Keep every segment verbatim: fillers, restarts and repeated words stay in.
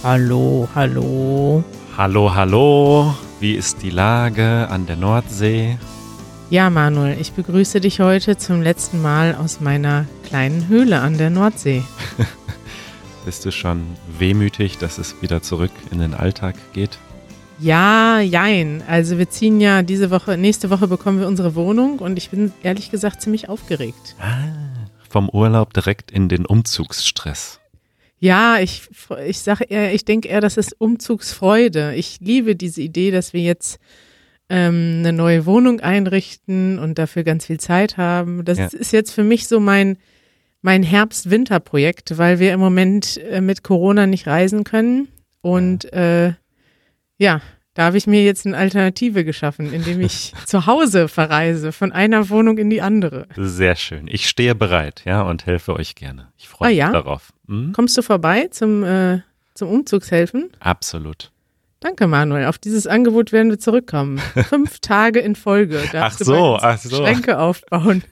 Hallo, hallo. Hallo, hallo. Wie ist die Lage an der Nordsee? Ja, Manuel, ich begrüße dich heute zum letzten Mal aus meiner kleinen Höhle an der Nordsee. Bist du schon wehmütig, dass es wieder zurück in den Alltag geht? Ja, jein. Also wir ziehen ja diese Woche, nächste Woche bekommen wir unsere Wohnung und ich bin ehrlich gesagt ziemlich aufgeregt. Ah, vom Urlaub direkt in den Umzugsstress. Ja, ich, ich sage eher, ich denke eher, das ist Umzugsfreude. Ich liebe diese Idee, dass wir jetzt ähm, eine neue Wohnung einrichten und dafür ganz viel Zeit haben. Das ja. ist jetzt für mich so mein, mein Herbst-Winter-Projekt, weil wir im Moment äh, mit Corona nicht reisen können. Und äh, ja, da habe ich mir jetzt eine Alternative geschaffen, indem ich zu Hause verreise, von einer Wohnung in die andere. Sehr schön. Ich stehe bereit, ja, und helfe euch gerne. Ich freue ah, mich ja? darauf. Hm? Kommst du vorbei zum, äh, zum Umzugshelfen? Absolut. Danke, Manuel. Auf dieses Angebot werden wir zurückkommen. Fünf Tage in Folge. Ach so, ach so. Schränke aufbauen.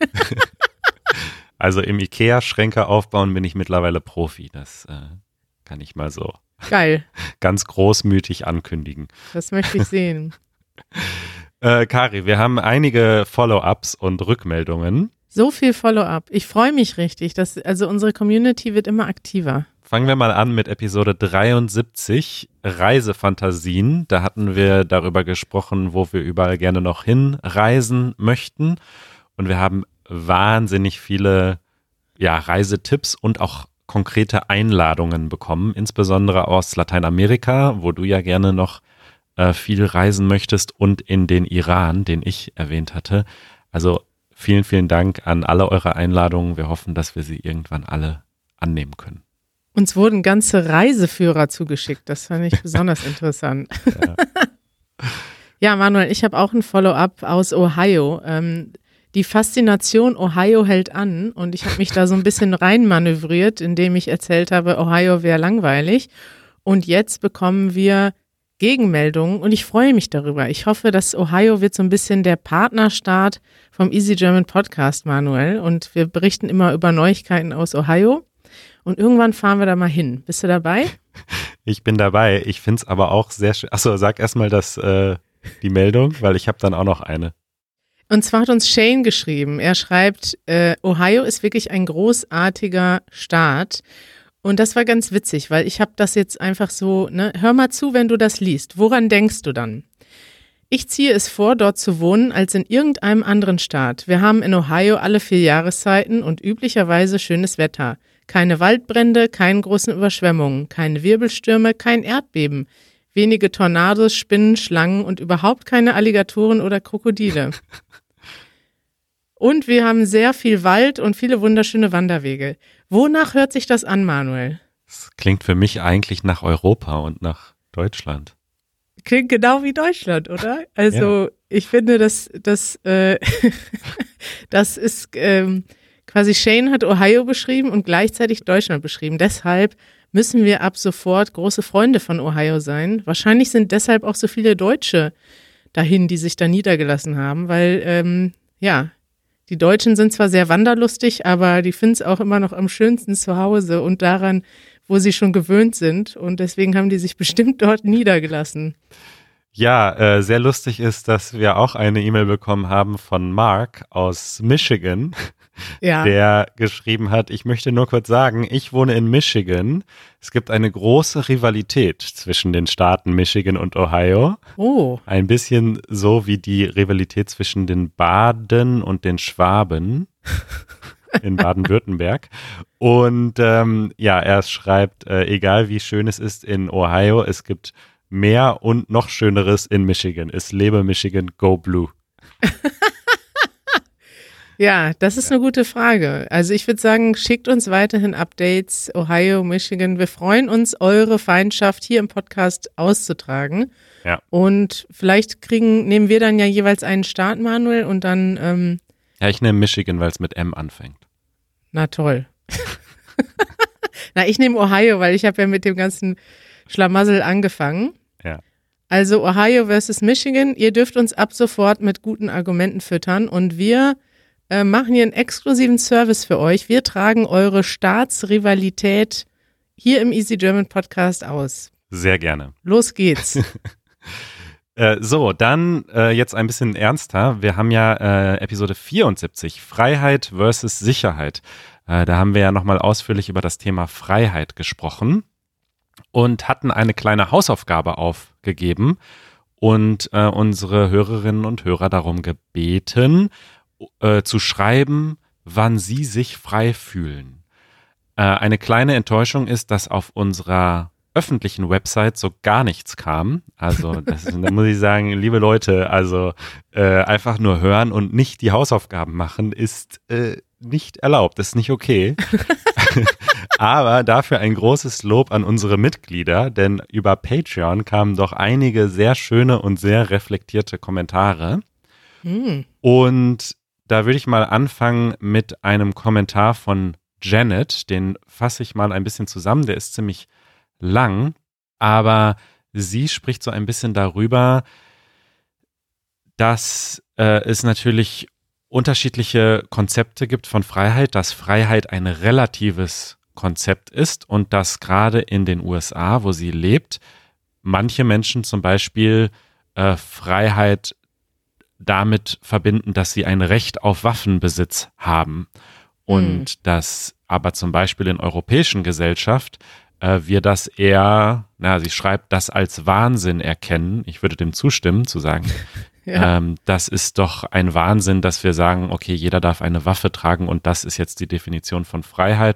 Also im Ikea Schränke aufbauen bin ich mittlerweile Profi. Das äh, kann ich mal so Geil. ganz großmütig ankündigen. Das möchte ich sehen. äh, Kari, wir haben einige Follow-ups und Rückmeldungen. So viel Follow-up. Ich freue mich richtig. Dass, also unsere Community wird immer aktiver. Fangen wir mal an mit Episode dreiundsiebzig, Reisefantasien. Da hatten wir darüber gesprochen, wo wir überall gerne noch hinreisen möchten. Und wir haben wahnsinnig viele ja, Reisetipps und auch konkrete Einladungen bekommen, insbesondere aus Lateinamerika, wo du ja gerne noch äh, viel reisen möchtest, und in den Iran, den ich erwähnt hatte. Also vielen, vielen Dank an alle eure Einladungen. Wir hoffen, dass wir sie irgendwann alle annehmen können. Uns wurden ganze Reiseführer zugeschickt. Das fand ich besonders interessant. Ja. Ja, Manuel, ich habe auch ein Follow-up aus Ohio. Ähm, Die Faszination Ohio hält an und ich habe mich da so ein bisschen reinmanövriert, indem ich erzählt habe, Ohio wäre langweilig. Und jetzt bekommen wir Gegenmeldungen und ich freue mich darüber. Ich hoffe, dass Ohio wird so ein bisschen der Partnerstaat vom Easy German Podcast, Manuel. Und wir berichten immer über Neuigkeiten aus Ohio. Und irgendwann fahren wir da mal hin. Bist du dabei? Ich bin dabei. Ich finde es aber auch sehr schön. Achso, sag erstmal das, äh, die Meldung, weil ich habe dann auch noch eine. Und zwar hat uns Shane geschrieben, er schreibt, äh, Ohio ist wirklich ein großartiger Staat. Und das war ganz witzig, weil ich habe das jetzt einfach so, ne, hör mal zu, wenn du das liest. Woran denkst du dann? Ich ziehe es vor, dort zu wohnen, als in irgendeinem anderen Staat. Wir haben in Ohio alle vier Jahreszeiten und üblicherweise schönes Wetter. Keine Waldbrände, keine großen Überschwemmungen, keine Wirbelstürme, kein Erdbeben. Wenige Tornados, Spinnen, Schlangen und überhaupt keine Alligatoren oder Krokodile. Und wir haben sehr viel Wald und viele wunderschöne Wanderwege. Wonach hört sich das an, Manuel? Das klingt für mich eigentlich nach Europa und nach Deutschland. Klingt genau wie Deutschland, oder? Also ja. Ich finde, dass das, äh, das ist ähm, quasi Shane hat Ohio beschrieben und gleichzeitig Deutschland beschrieben. Deshalb müssen wir ab sofort große Freunde von Ohio sein. Wahrscheinlich sind deshalb auch so viele Deutsche dahin, die sich da niedergelassen haben, weil, ähm, ja, die Deutschen sind zwar sehr wanderlustig, aber die finden es auch immer noch am schönsten zu Hause und daran, wo sie schon gewöhnt sind. Und deswegen haben die sich bestimmt dort niedergelassen. Ja, äh, sehr lustig ist, dass wir auch eine E-Mail bekommen haben von Mark aus Michigan, ja. Der geschrieben hat, ich möchte nur kurz sagen, ich wohne in Michigan. Es gibt eine große Rivalität zwischen den Staaten Michigan und Ohio. Oh. Ein bisschen so wie die Rivalität zwischen den Baden und den Schwaben in Baden-Württemberg. Und ähm, ja, er schreibt, äh, egal wie schön es ist in Ohio, es gibt mehr und noch Schöneres in Michigan. Es lebe Michigan, go blue. Ja, das ist ja. eine gute Frage. Also ich würde sagen, schickt uns weiterhin Updates, Ohio, Michigan. Wir freuen uns, eure Feindschaft hier im Podcast auszutragen. Ja. Und vielleicht kriegen, nehmen wir dann ja jeweils einen Staat, Manuel, und dann ähm, ja, ich nehme Michigan, weil es mit M anfängt. Na toll. Na, ich nehme Ohio, weil ich habe ja mit dem ganzen Schlamassel angefangen. Ja. Also Ohio versus Michigan. Ihr dürft uns ab sofort mit guten Argumenten füttern und wir äh, machen hier einen exklusiven Service für euch. Wir tragen eure Staatsrivalität hier im Easy German Podcast aus. Sehr gerne. Los geht's. äh, so, dann äh, jetzt ein bisschen ernster. Wir haben ja äh, Episode vierundsiebzig, Freiheit versus Sicherheit. Äh, da haben wir ja nochmal ausführlich über das Thema Freiheit gesprochen und hatten eine kleine Hausaufgabe aufgegeben und äh, unsere Hörerinnen und Hörer darum gebeten, äh, zu schreiben, wann sie sich frei fühlen. Äh, eine kleine Enttäuschung ist, dass auf unserer öffentlichen Website so gar nichts kam. Also das, da muss ich sagen, liebe Leute, also äh, einfach nur hören und nicht die Hausaufgaben machen ist äh, nicht erlaubt, ist nicht okay. Aber dafür ein großes Lob an unsere Mitglieder, denn über Patreon kamen doch einige sehr schöne und sehr reflektierte Kommentare. Hm. Und da würde ich mal anfangen mit einem Kommentar von Janet, den fasse ich mal ein bisschen zusammen, der ist ziemlich lang, aber sie spricht so ein bisschen darüber, dass äh, es natürlich unterschiedliche Konzepte gibt von Freiheit, dass Freiheit ein relatives Konzept ist und dass gerade in den U S A, wo sie lebt, manche Menschen zum Beispiel äh, Freiheit damit verbinden, dass sie ein Recht auf Waffenbesitz haben und mhm. dass aber zum Beispiel in europäischen Gesellschaft äh, wir das eher, na, sie schreibt, das als Wahnsinn erkennen. Ich würde dem zustimmen, zu sagen, ja. ähm, das ist doch ein Wahnsinn, dass wir sagen, okay, jeder darf eine Waffe tragen und das ist jetzt die Definition von Freiheit.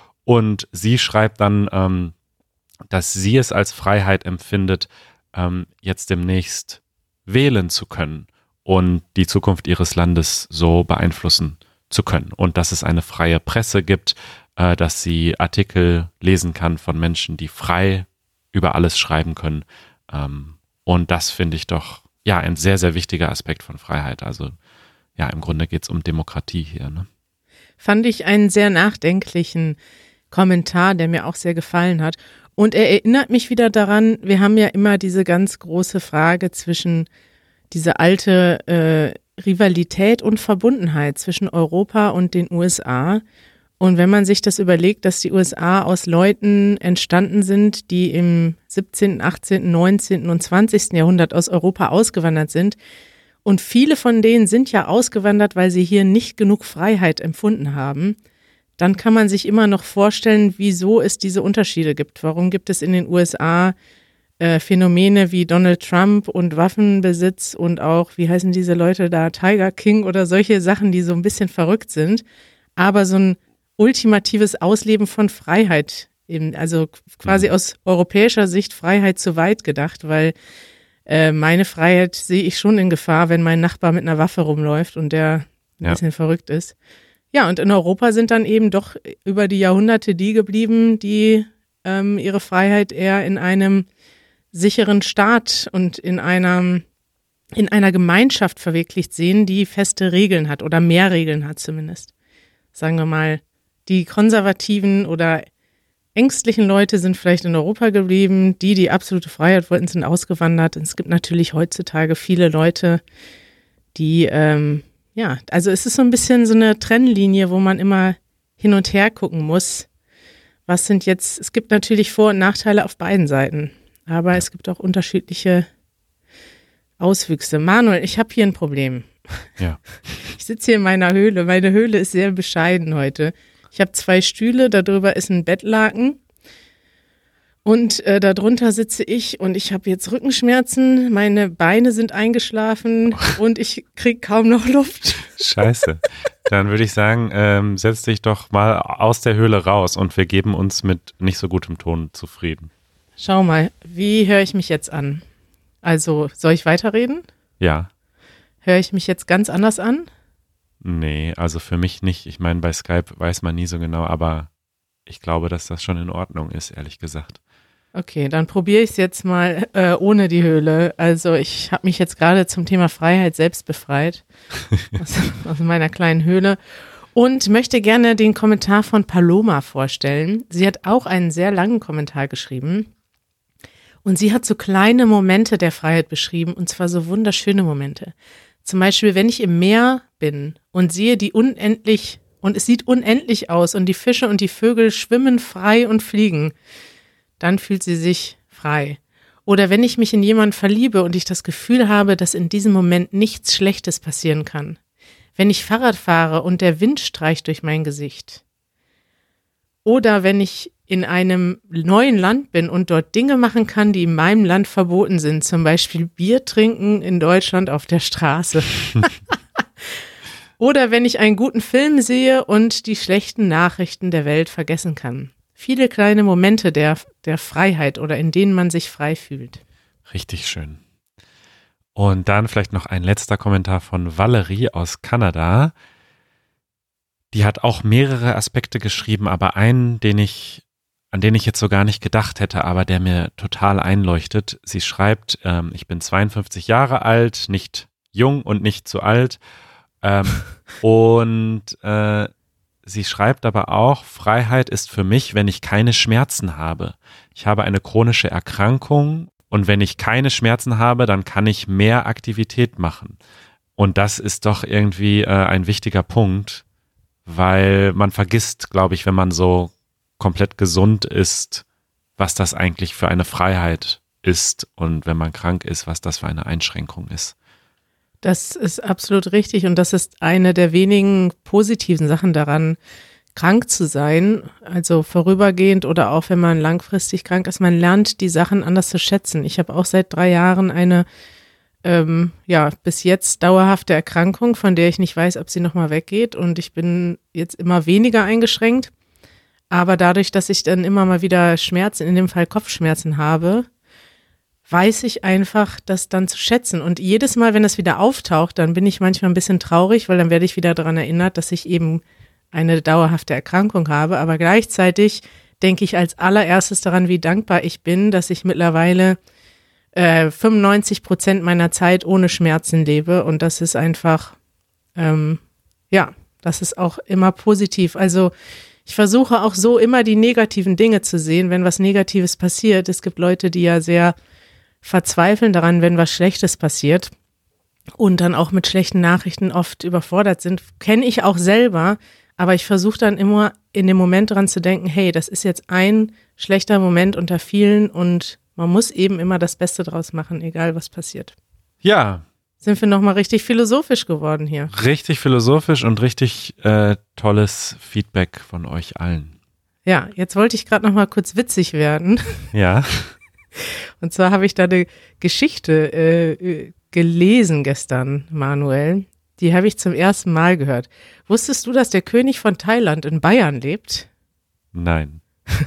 Und sie schreibt dann, ähm, dass sie es als Freiheit empfindet, ähm, jetzt demnächst wählen zu können und die Zukunft ihres Landes so beeinflussen zu können. Und dass es eine freie Presse gibt, äh, dass sie Artikel lesen kann von Menschen, die frei über alles schreiben können. Ähm, und das finde ich doch ja ein sehr, sehr wichtiger Aspekt von Freiheit. Also ja, im Grunde geht es um Demokratie hier. Ne? Fand ich einen sehr nachdenklichen Kommentar, der mir auch sehr gefallen hat. Und er erinnert mich wieder daran, wir haben ja immer diese ganz große Frage zwischen diese alte äh, Rivalität und Verbundenheit zwischen Europa und den U S A. Und wenn man sich das überlegt, dass die U S A aus Leuten entstanden sind, die im siebzehnten, achtzehnten, neunzehnten und zwanzigsten Jahrhundert aus Europa ausgewandert sind. Und viele von denen sind ja ausgewandert, weil sie hier nicht genug Freiheit empfunden haben. Dann kann man sich immer noch vorstellen, wieso es diese Unterschiede gibt. Warum gibt es in den U S A äh, Phänomene wie Donald Trump und Waffenbesitz und auch, wie heißen diese Leute da, Tiger King oder solche Sachen, die so ein bisschen verrückt sind. Aber so ein ultimatives Ausleben von Freiheit, eben, also quasi mhm. aus europäischer Sicht Freiheit zu weit gedacht, weil äh, meine Freiheit sehe ich schon in Gefahr, wenn mein Nachbar mit einer Waffe rumläuft und der ein ja. bisschen verrückt ist. Ja, und in Europa sind dann eben doch über die Jahrhunderte die geblieben, die ähm, ihre Freiheit eher in einem sicheren Staat und in einem in einer Gemeinschaft verwirklicht sehen, die feste Regeln hat oder mehr Regeln hat zumindest. Sagen wir mal, die konservativen oder ängstlichen Leute sind vielleicht in Europa geblieben, die, die absolute Freiheit wollten, sind ausgewandert. Und es gibt natürlich heutzutage viele Leute, die ähm, ja, also es ist so ein bisschen so eine Trennlinie, wo man immer hin und her gucken muss. Was sind jetzt, es gibt natürlich Vor- und Nachteile auf beiden Seiten, aber es gibt auch unterschiedliche Auswüchse. Manuel, ich habe hier ein Problem. Ja. Ich sitze hier in meiner Höhle. Meine Höhle ist sehr bescheiden heute. Ich habe zwei Stühle, darüber ist ein Bettlaken. Und äh, darunter sitze ich und ich habe jetzt Rückenschmerzen, meine Beine sind eingeschlafen und ich kriege kaum noch Luft. Scheiße. Dann würde ich sagen, ähm, setz dich doch mal aus der Höhle raus und wir geben uns mit nicht so gutem Ton zufrieden. Schau mal, wie höre ich mich jetzt an? Also, soll ich weiterreden? Ja. Höre ich mich jetzt ganz anders an? Nee, also für mich nicht. Ich meine, bei Skype weiß man nie so genau, aber ich glaube, dass das schon in Ordnung ist, ehrlich gesagt. Okay, dann probiere ich es jetzt mal äh, ohne die Höhle. Also ich habe mich jetzt gerade zum Thema Freiheit selbst befreit aus, aus meiner kleinen Höhle und möchte gerne den Kommentar von Paloma vorstellen. Sie hat auch einen sehr langen Kommentar geschrieben und sie hat so kleine Momente der Freiheit beschrieben und zwar so wunderschöne Momente. Zum Beispiel, wenn ich im Meer bin und sehe die unendlich und es sieht unendlich aus und die Fische und die Vögel schwimmen frei und fliegen, dann fühlt sie sich frei. Oder wenn ich mich in jemanden verliebe und ich das Gefühl habe, dass in diesem Moment nichts Schlechtes passieren kann. Wenn ich Fahrrad fahre und der Wind streicht durch mein Gesicht. Oder wenn ich in einem neuen Land bin und dort Dinge machen kann, die in meinem Land verboten sind. Zum Beispiel Bier trinken in Deutschland auf der Straße. Oder wenn ich einen guten Film sehe und die schlechten Nachrichten der Welt vergessen kann. Viele kleine Momente der, der Freiheit oder in denen man sich frei fühlt. Richtig schön. Und dann vielleicht noch ein letzter Kommentar von Valerie aus Kanada. Die hat auch mehrere Aspekte geschrieben, aber einen, den ich, an den ich jetzt so gar nicht gedacht hätte, aber der mir total einleuchtet. Sie schreibt, ähm, ich bin zweiundfünfzig Jahre alt, nicht jung und nicht zu alt. Ähm, und äh, sie schreibt aber auch, Freiheit ist für mich, wenn ich keine Schmerzen habe. Ich habe eine chronische Erkrankung und wenn ich keine Schmerzen habe, dann kann ich mehr Aktivität machen. Und das ist doch irgendwie äh, ein wichtiger Punkt, weil man vergisst, glaube ich, wenn man so komplett gesund ist, was das eigentlich für eine Freiheit ist und wenn man krank ist, was das für eine Einschränkung ist. Das ist absolut richtig und das ist eine der wenigen positiven Sachen daran, krank zu sein, also vorübergehend oder auch wenn man langfristig krank ist, man lernt die Sachen anders zu schätzen. Ich habe auch seit drei Jahren eine, ähm, ja, bis jetzt dauerhafte Erkrankung, von der ich nicht weiß, ob sie nochmal weggeht und ich bin jetzt immer weniger eingeschränkt, aber dadurch, dass ich dann immer mal wieder Schmerzen, in dem Fall Kopfschmerzen habe, weiß ich einfach, das dann zu schätzen. Und jedes Mal, wenn das wieder auftaucht, dann bin ich manchmal ein bisschen traurig, weil dann werde ich wieder daran erinnert, dass ich eben eine dauerhafte Erkrankung habe. Aber gleichzeitig denke ich als allererstes daran, wie dankbar ich bin, dass ich mittlerweile äh, fünfundneunzig Prozent meiner Zeit ohne Schmerzen lebe. Und das ist einfach, ähm, ja, das ist auch immer positiv. Also ich versuche auch so immer die negativen Dinge zu sehen, wenn was Negatives passiert. Es gibt Leute, die ja sehr verzweifeln daran, wenn was Schlechtes passiert und dann auch mit schlechten Nachrichten oft überfordert sind. Kenne ich auch selber, aber ich versuche dann immer in dem Moment dran zu denken, hey, das ist jetzt ein schlechter Moment unter vielen und man muss eben immer das Beste draus machen, egal was passiert. Ja. Sind wir nochmal richtig philosophisch geworden hier. Richtig philosophisch und richtig äh, tolles Feedback von euch allen. Ja, jetzt wollte ich gerade nochmal kurz witzig werden. Ja. Und zwar habe ich da eine Geschichte äh, gelesen gestern, Manuel. Die habe ich zum ersten Mal gehört. Wusstest du, dass der König von Thailand in Bayern lebt? Nein.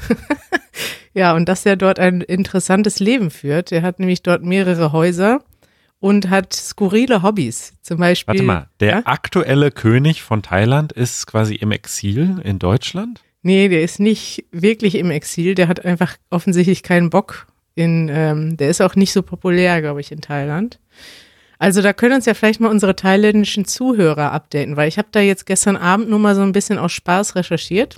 Ja, und dass er dort ein interessantes Leben führt. Er hat nämlich dort mehrere Häuser und hat skurrile Hobbys. Zum Beispiel. Warte mal, der ja? aktuelle König von Thailand ist quasi im Exil in Deutschland? Nee, der ist nicht wirklich im Exil. Der hat einfach offensichtlich keinen Bock. In, ähm, der ist auch nicht so populär, glaube ich, in Thailand. Also da können uns ja vielleicht mal unsere thailändischen Zuhörer updaten, weil ich habe da jetzt gestern Abend nur mal so ein bisschen aus Spaß recherchiert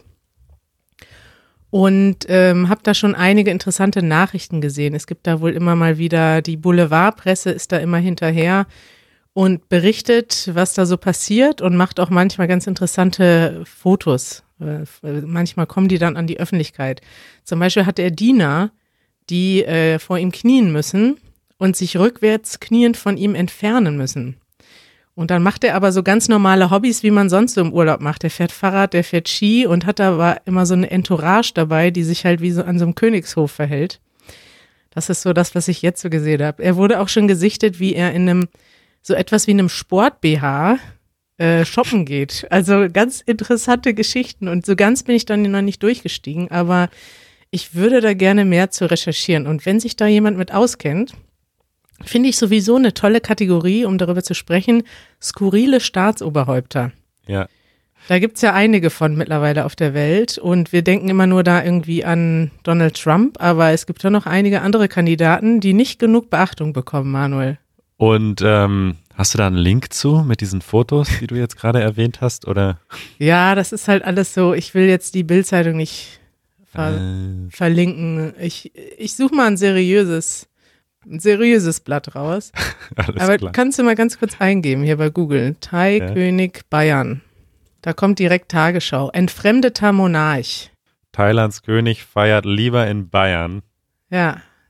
und ähm, habe da schon einige interessante Nachrichten gesehen. Es gibt da wohl immer mal wieder, die Boulevardpresse ist da immer hinterher und berichtet, was da so passiert und macht auch manchmal ganz interessante Fotos. Äh, manchmal kommen die dann an die Öffentlichkeit. Zum Beispiel hat der Diener die äh, vor ihm knien müssen und sich rückwärts kniend von ihm entfernen müssen. Und dann macht er aber so ganz normale Hobbys, wie man sonst so im Urlaub macht. Der fährt Fahrrad, der fährt Ski und hat aber immer so eine Entourage dabei, die sich halt wie so an so einem Königshof verhält. Das ist so das, was ich jetzt so gesehen habe. Er wurde auch schon gesichtet, wie er in einem, so etwas wie einem Sport-B H äh, shoppen geht. Also ganz interessante Geschichten und so ganz bin ich dann noch nicht durchgestiegen, aber ich würde da gerne mehr zu recherchieren. Und wenn sich da jemand mit auskennt, finde ich sowieso eine tolle Kategorie, um darüber zu sprechen, skurrile Staatsoberhäupter. Ja. Da gibt es ja einige von mittlerweile auf der Welt und wir denken immer nur da irgendwie an Donald Trump, aber es gibt ja noch einige andere Kandidaten, die nicht genug Beachtung bekommen, Manuel. Und ähm, hast du da einen Link zu mit diesen Fotos, die du jetzt gerade erwähnt hast, oder? Ja, das ist halt alles so, ich will jetzt die Bild-Zeitung nicht ver- äh. verlinken. Ich, ich suche mal ein seriöses ein seriöses Blatt raus. Alles Aber klar. Kannst du mal ganz kurz eingeben hier bei Google. Thai-König ja. Bayern. Da kommt direkt Tagesschau. Entfremdeter Monarch. Thailands König feiert lieber in Bayern. Ja,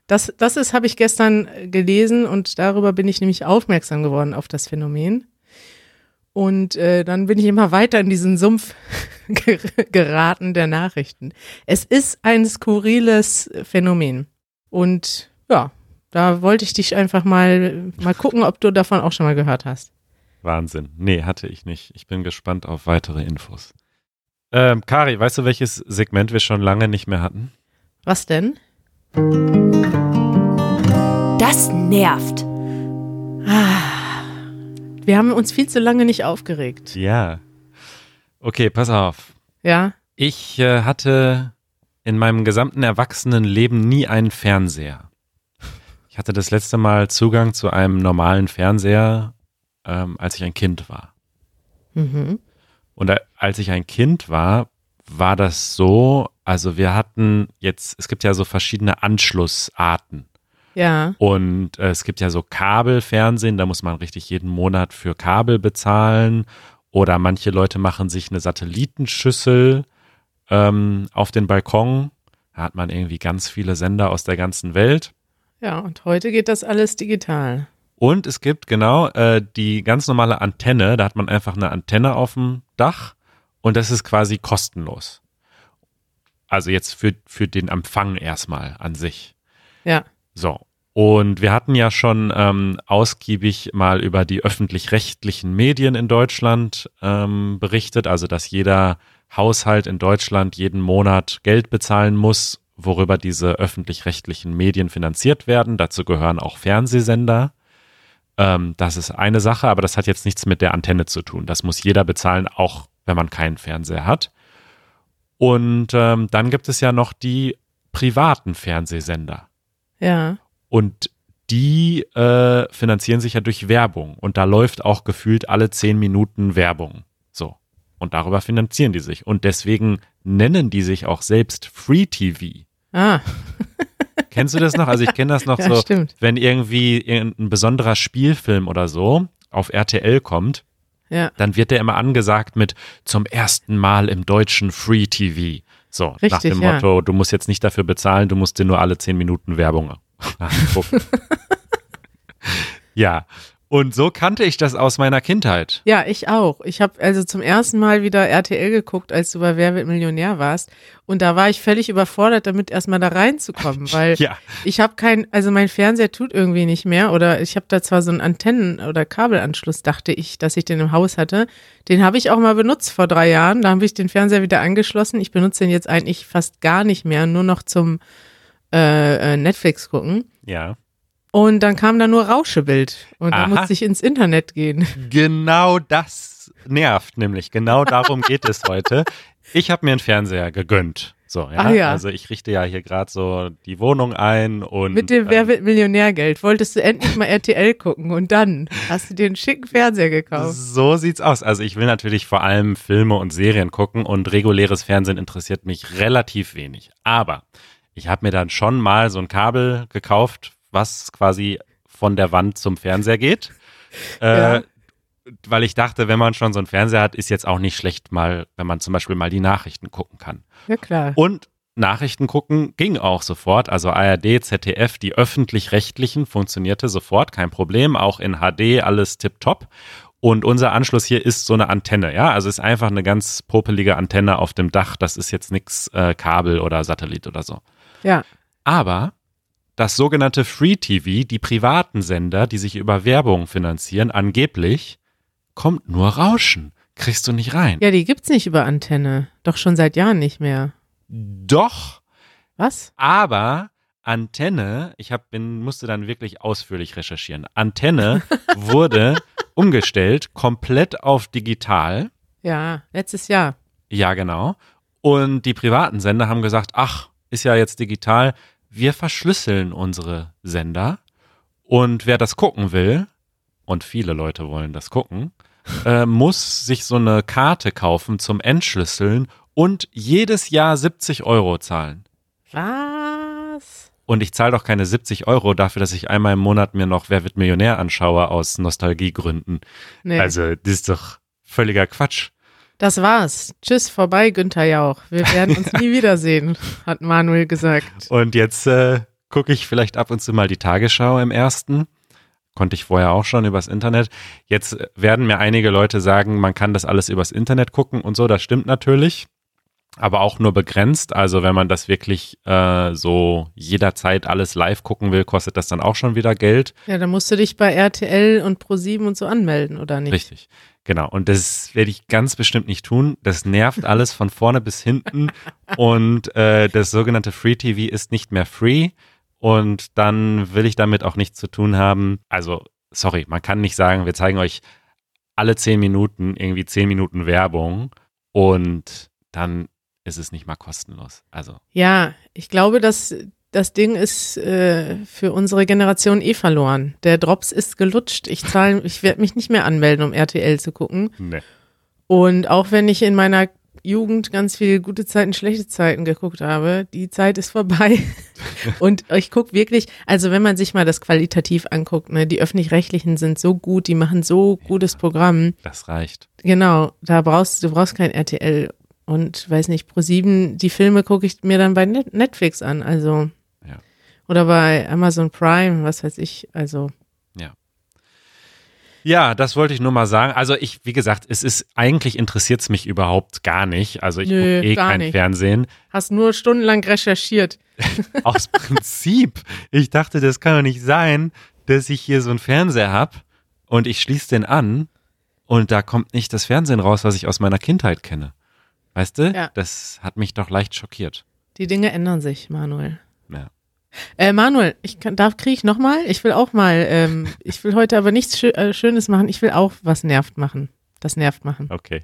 Das, das ist, habe ich gestern gelesen und darüber bin ich nämlich aufmerksam geworden auf das Phänomen. Und äh, dann bin ich immer weiter in diesen Sumpf geraten der Nachrichten. Es ist ein skurriles Phänomen. Und ja, da wollte ich dich einfach mal, mal gucken, ob du davon auch schon mal gehört hast. Wahnsinn. Nee, hatte ich nicht. Ich bin gespannt auf weitere Infos. Ähm, Kari, weißt du, welches Segment wir schon lange nicht mehr hatten? Was denn? Das nervt. Ah. Wir haben uns viel zu lange nicht aufgeregt. Ja. Okay, pass auf. Ja. Ich äh, hatte in meinem gesamten Erwachsenenleben nie einen Fernseher. Ich hatte das letzte Mal Zugang zu einem normalen Fernseher, ähm, als ich ein Kind war. Mhm. Und äh, als ich ein Kind war, war das so, also wir hatten jetzt, es gibt ja so verschiedene Anschlussarten. Ja. Und äh, es gibt ja so Kabelfernsehen, da muss man richtig jeden Monat für Kabel bezahlen. Oder manche Leute machen sich eine Satellitenschüssel ähm, auf den Balkon. Da hat man irgendwie ganz viele Sender aus der ganzen Welt. Ja, und heute geht das alles digital. Und es gibt genau äh, die ganz normale Antenne, da hat man einfach eine Antenne auf dem Dach und das ist quasi kostenlos. Also jetzt für, für den Empfang erstmal an sich. Ja. So, und wir hatten ja schon ähm, ausgiebig mal über die öffentlich-rechtlichen Medien in Deutschland ähm, berichtet, also dass jeder Haushalt in Deutschland jeden Monat Geld bezahlen muss, worüber diese öffentlich-rechtlichen Medien finanziert werden. Dazu gehören auch Fernsehsender. Ähm, das ist eine Sache, aber das hat jetzt nichts mit der Antenne zu tun. Das muss jeder bezahlen, auch wenn man keinen Fernseher hat. Und ähm, dann gibt es ja noch die privaten Fernsehsender. Ja. Und die äh, finanzieren sich ja durch Werbung. Und da läuft auch gefühlt alle zehn Minuten Werbung. So. Und darüber finanzieren die sich. Und deswegen nennen die sich auch selbst Free T V. Ah. Kennst du das noch? Also ich kenne das noch Ja, so, stimmt. wenn irgendwie irgendein besonderer Spielfilm oder so auf R T L kommt, Ja. dann wird der immer angesagt mit zum ersten Mal im deutschen Free T V. So, Richtig, nach dem ja. Motto, du musst jetzt nicht dafür bezahlen, du musst dir nur alle zehn Minuten Werbung angucken. Ja, und so kannte ich das aus meiner Kindheit. Ja, ich auch. Ich habe also zum ersten Mal wieder R T L geguckt, als du bei Wer wird Millionär warst. Und da war ich völlig überfordert, damit erstmal da reinzukommen, weil Ja. ich habe kein, also mein Fernseher tut irgendwie nicht mehr oder ich habe da zwar so einen Antennen- oder Kabelanschluss, dachte ich, dass ich den im Haus hatte. Den habe ich auch mal benutzt vor drei Jahren. Da habe ich den Fernseher wieder angeschlossen. Ich benutze den jetzt eigentlich fast gar nicht mehr, nur noch zum äh, äh, Netflix gucken. Ja. Und dann kam da nur Rauschebild und da Aha. musste ich ins Internet gehen. Genau das nervt nämlich. Genau darum geht es heute. Ich habe mir einen Fernseher gegönnt. So, ja. Ah, ja. Also ich richte ja hier gerade so die Wohnung ein und Mit dem Wer ähm, wird Millionärgeld wolltest du endlich mal R T L gucken und dann hast du dir einen schicken Fernseher gekauft. so sieht's aus. Also ich will natürlich vor allem Filme und Serien gucken und reguläres Fernsehen interessiert mich relativ wenig. Aber ich habe mir dann schon mal so ein Kabel gekauft, was quasi von der Wand zum Fernseher geht. Äh, Ja. Weil ich dachte, wenn man schon so einen Fernseher hat, ist jetzt auch nicht schlecht mal, wenn man zum Beispiel mal die Nachrichten gucken kann. Ja, klar. Und Nachrichten gucken ging auch sofort. Also A R D, Z D F, die öffentlich-rechtlichen funktionierte sofort, kein Problem. Auch in H D alles tipptopp. Und unser Anschluss hier ist so eine Antenne, ja. Also ist einfach eine ganz popelige Antenne auf dem Dach. Das ist jetzt nichts äh, Kabel oder Satellit oder so. Ja. Aber das sogenannte Free T V, die privaten Sender, die sich über Werbung finanzieren, angeblich kommt nur Rauschen. Kriegst du nicht rein. Ja, die gibt's nicht über Antenne. Doch schon seit Jahren nicht mehr. Doch, Was? aber Antenne, ich hab, bin, musste dann wirklich ausführlich recherchieren. Antenne wurde umgestellt, komplett auf digital. Ja, letztes Jahr. Ja, genau. Und die privaten Sender haben gesagt, ach, ist ja jetzt digital, wir verschlüsseln unsere Sender. Und wer das gucken will, und viele Leute wollen das gucken, äh, muss sich so eine Karte kaufen zum Entschlüsseln und jedes Jahr siebzig Euro zahlen. Was? Und ich zahle doch keine siebzig Euro dafür, dass ich einmal im Monat mir noch Wer wird Millionär anschaue aus Nostalgiegründen. Nee. Also das ist doch völliger Quatsch. Das war's. Tschüss, vorbei, Günther Jauch. Wir werden uns nie wiedersehen, hat Manuel gesagt. Und jetzt äh, gucke ich vielleicht ab und zu mal die Tagesschau im ersten. Konnte ich vorher auch schon übers Internet. Jetzt werden mir einige Leute sagen, man kann das alles übers Internet gucken und so. Das stimmt natürlich, aber auch nur begrenzt. Also wenn man das wirklich äh, so jederzeit alles live gucken will, kostet das dann auch schon wieder Geld. Ja, dann musst du dich bei R T L und ProSieben und so anmelden, oder nicht? Richtig, genau. Und das werde ich ganz bestimmt nicht tun. Das nervt alles von vorne bis hinten. Und äh, das sogenannte Free T V ist nicht mehr free. Und dann will ich damit auch nichts zu tun haben. Also, sorry, man kann nicht sagen, wir zeigen euch alle zehn Minuten irgendwie zehn Minuten Werbung und dann ist es nicht mal kostenlos. Also. Ja, ich glaube, dass das Ding ist äh, für unsere Generation eh verloren. Der Drops ist gelutscht. Ich zahle, ich werde mich nicht mehr anmelden, um R T L zu gucken. Nee. Und auch wenn ich in meiner Jugend ganz viel gute Zeiten, schlechte Zeiten geguckt habe, die Zeit ist vorbei. Und ich gucke wirklich, also wenn man sich mal das qualitativ anguckt, ne, die Öffentlich-Rechtlichen sind so gut, die machen so gutes ja, Programm. Das reicht. Genau, da brauchst du brauchst kein R T L und weiß nicht, ProSieben, die Filme gucke ich mir dann bei Netflix an, also ja. Oder bei Amazon Prime, was weiß ich, also ja. Ja, das wollte ich nur mal sagen. Also ich, wie gesagt, es ist, eigentlich interessiert es mich überhaupt gar nicht. Also ich gucke eh kein nicht. Fernsehen. Hast nur stundenlang recherchiert. Aus Prinzip. Ich dachte, das kann doch nicht sein, dass ich hier so einen Fernseher habe und ich schließe den an und da kommt nicht das Fernsehen raus, was ich aus meiner Kindheit kenne. Weißt du? Ja. Das hat mich doch leicht schockiert. Die Dinge ändern sich, Manuel. Ja. Äh, Manuel, ich kann, darf, kriege ich nochmal? Ich will auch mal, ähm, ich will heute aber nichts Schö- äh, Schönes machen, ich will auch was nervt machen. Das nervt machen. Okay.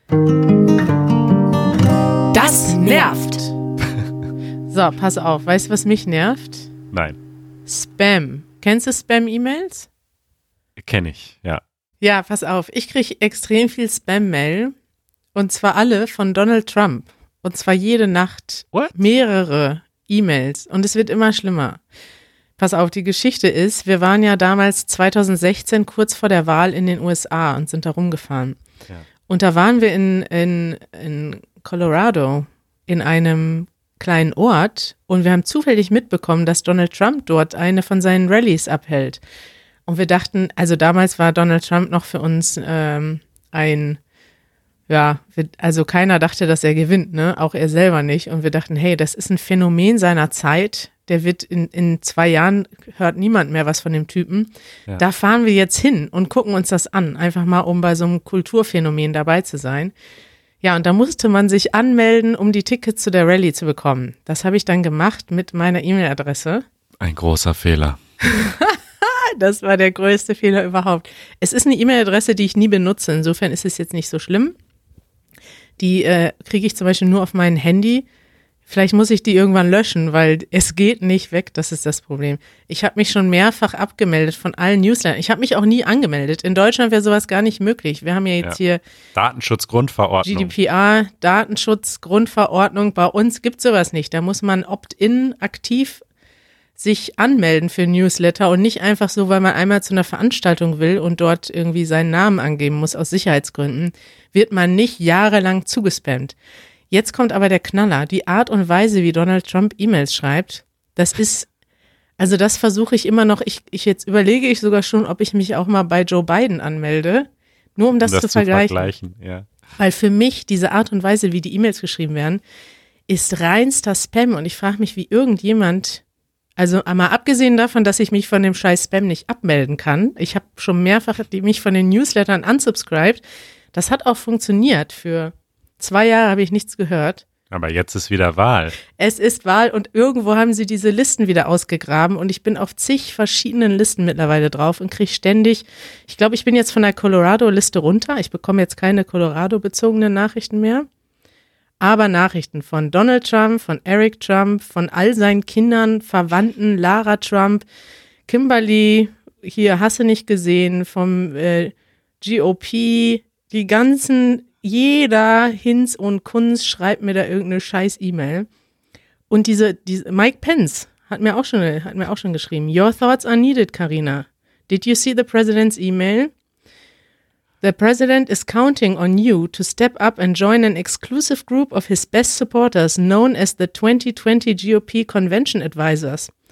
Das nervt. So, pass auf, weißt du, was mich nervt? Nein. Spam. Kennst du Spam-E-Mails? Kenne ich, ja. Ja, pass auf, ich kriege extrem viel Spam-Mail und zwar alle von Donald Trump und zwar jede Nacht What? mehrere E-Mails und es wird immer schlimmer. Pass auf, die Geschichte ist, wir waren ja damals zwanzig sechzehn kurz vor der Wahl in den U S A und sind da rumgefahren. Ja. Und da waren wir in, in, in Colorado in einem kleinen Ort und wir haben zufällig mitbekommen, dass Donald Trump dort eine von seinen Rallyes abhält. Und wir dachten, also damals war Donald Trump noch für uns ähm, ein Ja, wir, also keiner dachte, dass er gewinnt, ne? Auch er selber nicht. Und wir dachten, hey, das ist ein Phänomen seiner Zeit. Der wird in, in zwei Jahren, hört niemand mehr was von dem Typen. Ja. Da fahren wir jetzt hin und gucken uns das an. Einfach mal, um bei so einem Kulturphänomen dabei zu sein. Ja, und da musste man sich anmelden, um die Tickets zu der Rallye zu bekommen. Das habe ich dann gemacht mit meiner E-Mail-Adresse. Ein großer Fehler. Das war der größte Fehler überhaupt. Es ist eine E-Mail-Adresse, die ich nie benutze. Insofern ist es jetzt nicht so schlimm. Die äh, kriege ich zum Beispiel nur auf mein Handy. Vielleicht muss ich die irgendwann löschen, weil es geht nicht weg. Das ist das Problem. Ich habe mich schon mehrfach abgemeldet von allen Newslettern. Ich habe mich auch nie angemeldet. In Deutschland wäre sowas gar nicht möglich. Wir haben ja jetzt ja. hier Datenschutzgrundverordnung. G D P R, Datenschutzgrundverordnung. Bei uns gibt es sowas nicht. Da muss man opt-in aktiv sich anmelden für Newsletter und nicht einfach so, weil man einmal zu einer Veranstaltung will und dort irgendwie seinen Namen angeben muss aus Sicherheitsgründen, wird man nicht jahrelang zugespammt. Jetzt kommt aber der Knaller. Die Art und Weise, wie Donald Trump E-Mails schreibt, das ist, also das versuche ich immer noch, ich, ich jetzt überlege ich sogar schon, ob ich mich auch mal bei Joe Biden anmelde, nur um das, um das zu, zu vergleichen. vergleichen ja. Weil für mich diese Art und Weise, wie die E-Mails geschrieben werden, ist reinster Spam und ich frage mich, wie irgendjemand, also mal abgesehen davon, dass ich mich von dem scheiß Spam nicht abmelden kann, ich habe schon mehrfach die, mich von den Newslettern unsubscribed, das hat auch funktioniert. Für zwei Jahre habe ich nichts gehört. Aber jetzt ist wieder Wahl. Es ist Wahl und irgendwo haben sie diese Listen wieder ausgegraben und ich bin auf zig verschiedenen Listen mittlerweile drauf und kriege ständig, ich glaube, ich bin jetzt von der Colorado-Liste runter, ich bekomme jetzt keine Colorado-bezogenen Nachrichten mehr. Aber Nachrichten von Donald Trump, von Eric Trump, von all seinen Kindern, Verwandten, Lara Trump, Kimberly, hier Hasse nicht gesehen, vom äh, G O P, die ganzen, jeder Hinz und Kunz schreibt mir da irgendeine scheiß E-Mail. Und diese, diese Mike Pence hat mir auch schon, hat mir auch schon geschrieben, Your thoughts are needed, Karina. Did you see the president's email? The president is counting on you to step up and join an exclusive group of his best supporters known as the twenty twenty G O P Convention Advisors.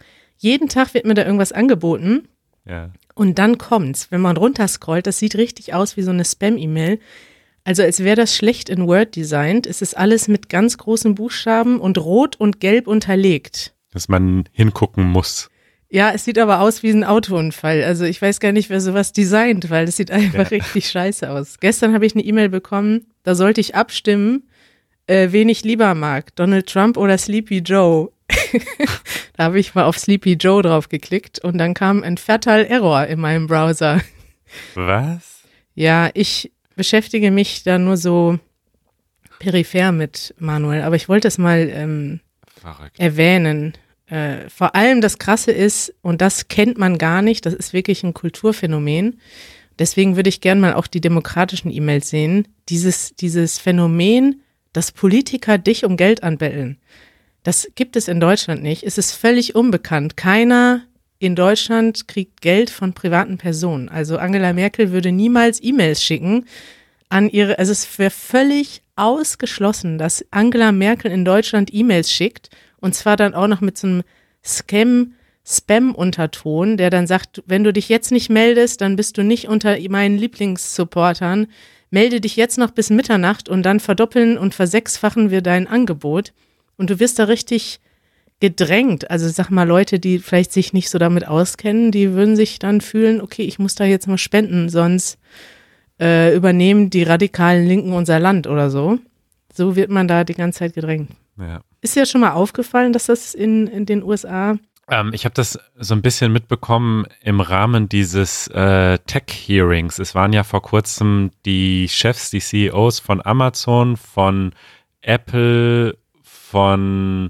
jeden Tag wird mir da irgendwas angeboten. Ja. Und dann kommt's, wenn man runterscrollt, das sieht richtig aus wie so eine Spam-E-Mail. Also als wäre das schlecht in Word designt. Es ist alles mit ganz großen Buchstaben und rot und gelb unterlegt. Dass man hingucken muss. Ja, es sieht aber aus wie ein Autounfall. Also ich weiß gar nicht, wer sowas designt, weil das sieht einfach ja. richtig scheiße aus. Gestern habe ich eine E-Mail bekommen, da sollte ich abstimmen, äh, wen ich lieber mag, Donald Trump oder Sleepy Joe. Da habe ich mal auf Sleepy Joe drauf geklickt und dann kam ein Fatal Error in meinem Browser. Was? Ja, ich beschäftige mich da nur so peripher mit, Manuel, aber ich wollte es mal ähm, erwähnen. Äh, vor allem das Krasse ist, und das kennt man gar nicht, das ist wirklich ein Kulturphänomen, deswegen würde ich gerne mal auch die demokratischen E-Mails sehen, dieses, dieses Phänomen, dass Politiker dich um Geld anbetteln. Das gibt es in Deutschland nicht. Es ist völlig unbekannt. Keiner in Deutschland kriegt Geld von privaten Personen. Also Angela Merkel würde niemals E-Mails schicken an ihre, also es wäre völlig ausgeschlossen, dass Angela Merkel in Deutschland E-Mails schickt und zwar dann auch noch mit so einem Scam, Spam-Unterton, der dann sagt, wenn du dich jetzt nicht meldest, dann bist du nicht unter meinen Lieblingssupportern. Melde dich jetzt noch bis Mitternacht und dann verdoppeln und versechsfachen wir dein Angebot. Und du wirst da richtig gedrängt. Also sag mal, Leute, die vielleicht sich nicht so damit auskennen, die würden sich dann fühlen, okay, ich muss da jetzt mal spenden, sonst äh, übernehmen die radikalen Linken unser Land oder so. So wird man da die ganze Zeit gedrängt. Ja. Ist dir schon mal aufgefallen, dass das in, in den U S A Ähm, ich habe das so ein bisschen mitbekommen im Rahmen dieses äh, Tech-Hearings. Es waren ja vor kurzem die Chefs, die C E Os von Amazon, von Apple, von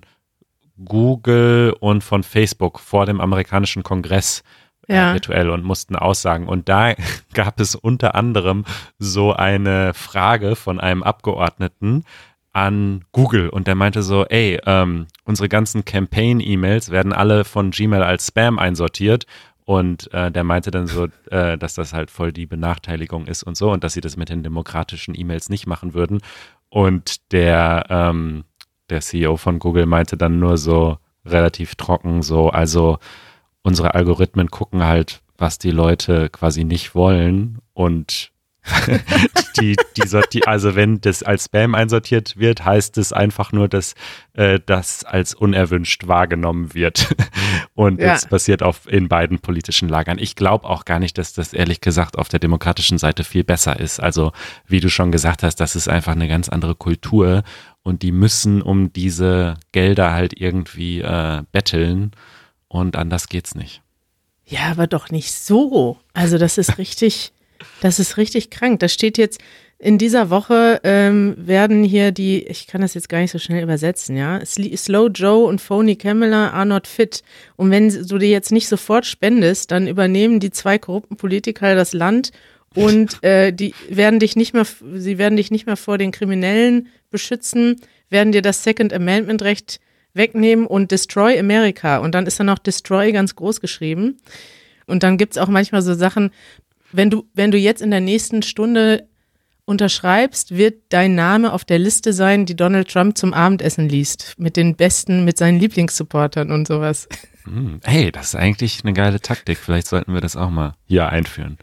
Google und von Facebook vor dem amerikanischen Kongress ja. äh, virtuell und mussten aussagen. Und da gab es unter anderem so eine Frage von einem Abgeordneten an Google und der meinte so, ey, ähm, unsere ganzen Campaign-E-Mails werden alle von Gmail als Spam einsortiert und äh, der meinte dann so, äh, dass das halt voll die Benachteiligung ist und so und dass sie das mit den demokratischen E-Mails nicht machen würden und der ähm, der C E O von Google meinte dann nur so relativ trocken so, also unsere Algorithmen gucken halt, was die Leute quasi nicht wollen und die, die sorti- also wenn das als Spam einsortiert wird, heißt es einfach nur, dass äh, das als unerwünscht wahrgenommen wird. Und ja. es passiert auf, in beiden politischen Lagern. Ich glaube auch gar nicht, dass das ehrlich gesagt auf der demokratischen Seite viel besser ist. Also wie du schon gesagt hast, das ist einfach eine ganz andere Kultur und die müssen um diese Gelder halt irgendwie äh, betteln und anders geht's nicht. Ja, aber doch nicht so. Also das ist richtig... Das ist richtig krank. Das steht jetzt, in dieser Woche ähm, werden hier die, ich kann das jetzt gar nicht so schnell übersetzen, ja, Slow Joe und Phony Kamala are not fit. Und wenn du dir jetzt nicht sofort spendest, dann übernehmen die zwei korrupten Politiker das Land und äh, die werden dich nicht mehr, sie werden dich nicht mehr vor den Kriminellen beschützen, werden dir das Second Amendment Recht wegnehmen und Destroy America. Und dann ist dann auch Destroy ganz groß geschrieben. Und dann gibt's auch manchmal so Sachen, Wenn du, wenn du jetzt in der nächsten Stunde unterschreibst, wird dein Name auf der Liste sein, die Donald Trump zum Abendessen liest. Mit den besten, mit seinen Lieblingssupportern und sowas. Hey, das ist eigentlich eine geile Taktik. Vielleicht sollten wir das auch mal hier einführen.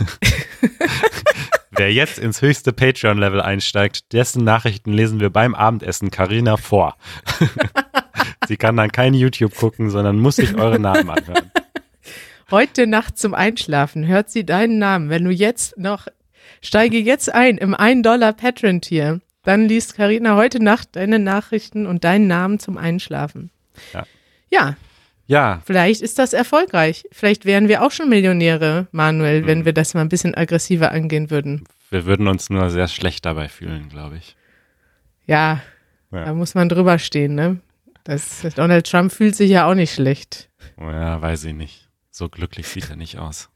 Wer jetzt ins höchste Patreon-Level einsteigt, dessen Nachrichten lesen wir beim Abendessen Carina vor. Sie kann dann kein YouTube gucken, sondern muss sich eure Namen anhören. Heute Nacht zum Einschlafen hört sie deinen Namen. Wenn du jetzt noch, steige jetzt ein im ein Dollar Patreon-Tier, dann liest Carina heute Nacht deine Nachrichten und deinen Namen zum Einschlafen. Ja. Ja. Ja. Vielleicht ist das erfolgreich. Vielleicht wären wir auch schon Millionäre, Manuel, mhm. wenn wir das mal ein bisschen aggressiver angehen würden. Wir würden uns nur sehr schlecht dabei fühlen, glaube ich. Ja, ja, da muss man drüber stehen, ne? Das, Donald Trump fühlt sich ja auch nicht schlecht. Ja, weiß ich nicht. So glücklich sieht er nicht aus.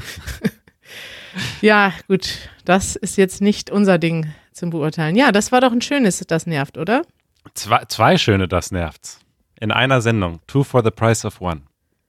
Ja, gut, das ist jetzt nicht unser Ding zum Beurteilen. Ja, das war doch ein schönes, das nervt, oder? Zwei, zwei schöne, das nervt. In einer Sendung. Two for the price of one.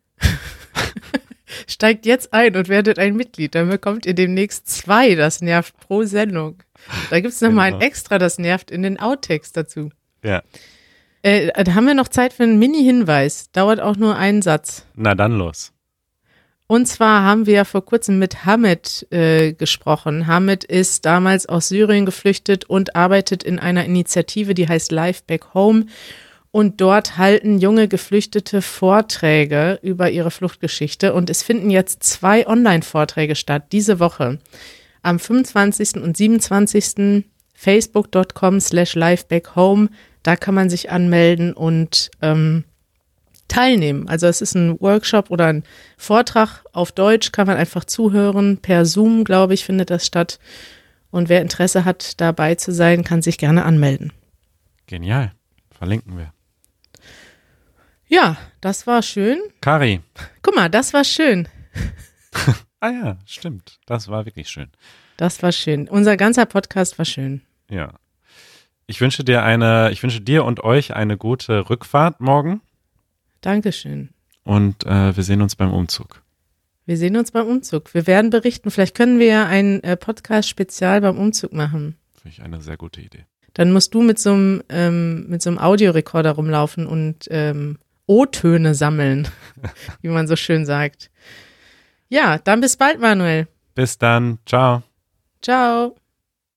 Steigt jetzt ein und werdet ein Mitglied. Dann bekommt ihr demnächst zwei, das nervt, pro Sendung. Da gibt es nochmal genau. ein extra, das nervt, in den Outtakes dazu. Ja. Äh, da haben wir noch Zeit für einen Mini-Hinweis. Dauert auch nur einen Satz. Na dann los. Und zwar haben wir ja vor kurzem mit Hamid äh, gesprochen. Hamid ist damals aus Syrien geflüchtet und arbeitet in einer Initiative, die heißt Life Back Home. Und dort halten junge Geflüchtete Vorträge über ihre Fluchtgeschichte. Und es finden jetzt zwei Online-Vorträge statt, diese Woche. Am fünfundzwanzigsten und siebenundzwanzigsten facebook punkt com slash lifebackhome. Da kann man sich anmelden und ähm, teilnehmen. Also es ist ein Workshop oder ein Vortrag auf Deutsch, kann man einfach zuhören. Per Zoom, glaube ich, findet das statt. Und wer Interesse hat, dabei zu sein, kann sich gerne anmelden. Genial. Verlinken wir. Ja, das war schön. Kari. Guck mal, das war schön. Ah ja, stimmt. Das war wirklich schön. Das war schön. Unser ganzer Podcast war schön. Ja. Ich wünsche dir eine, ich wünsche dir und euch eine gute Rückfahrt morgen. Dankeschön. Und äh, wir sehen uns beim Umzug. Wir sehen uns beim Umzug. Wir werden berichten. Vielleicht können wir ja ein äh, Podcast-Spezial beim Umzug machen. Finde ich eine sehr gute Idee. Dann musst du mit so einem ähm, mit so einem Audiorekorder rumlaufen und ähm, O-Töne sammeln, wie man so schön sagt. Ja, dann bis bald, Manuel. Bis dann. Ciao. Ciao.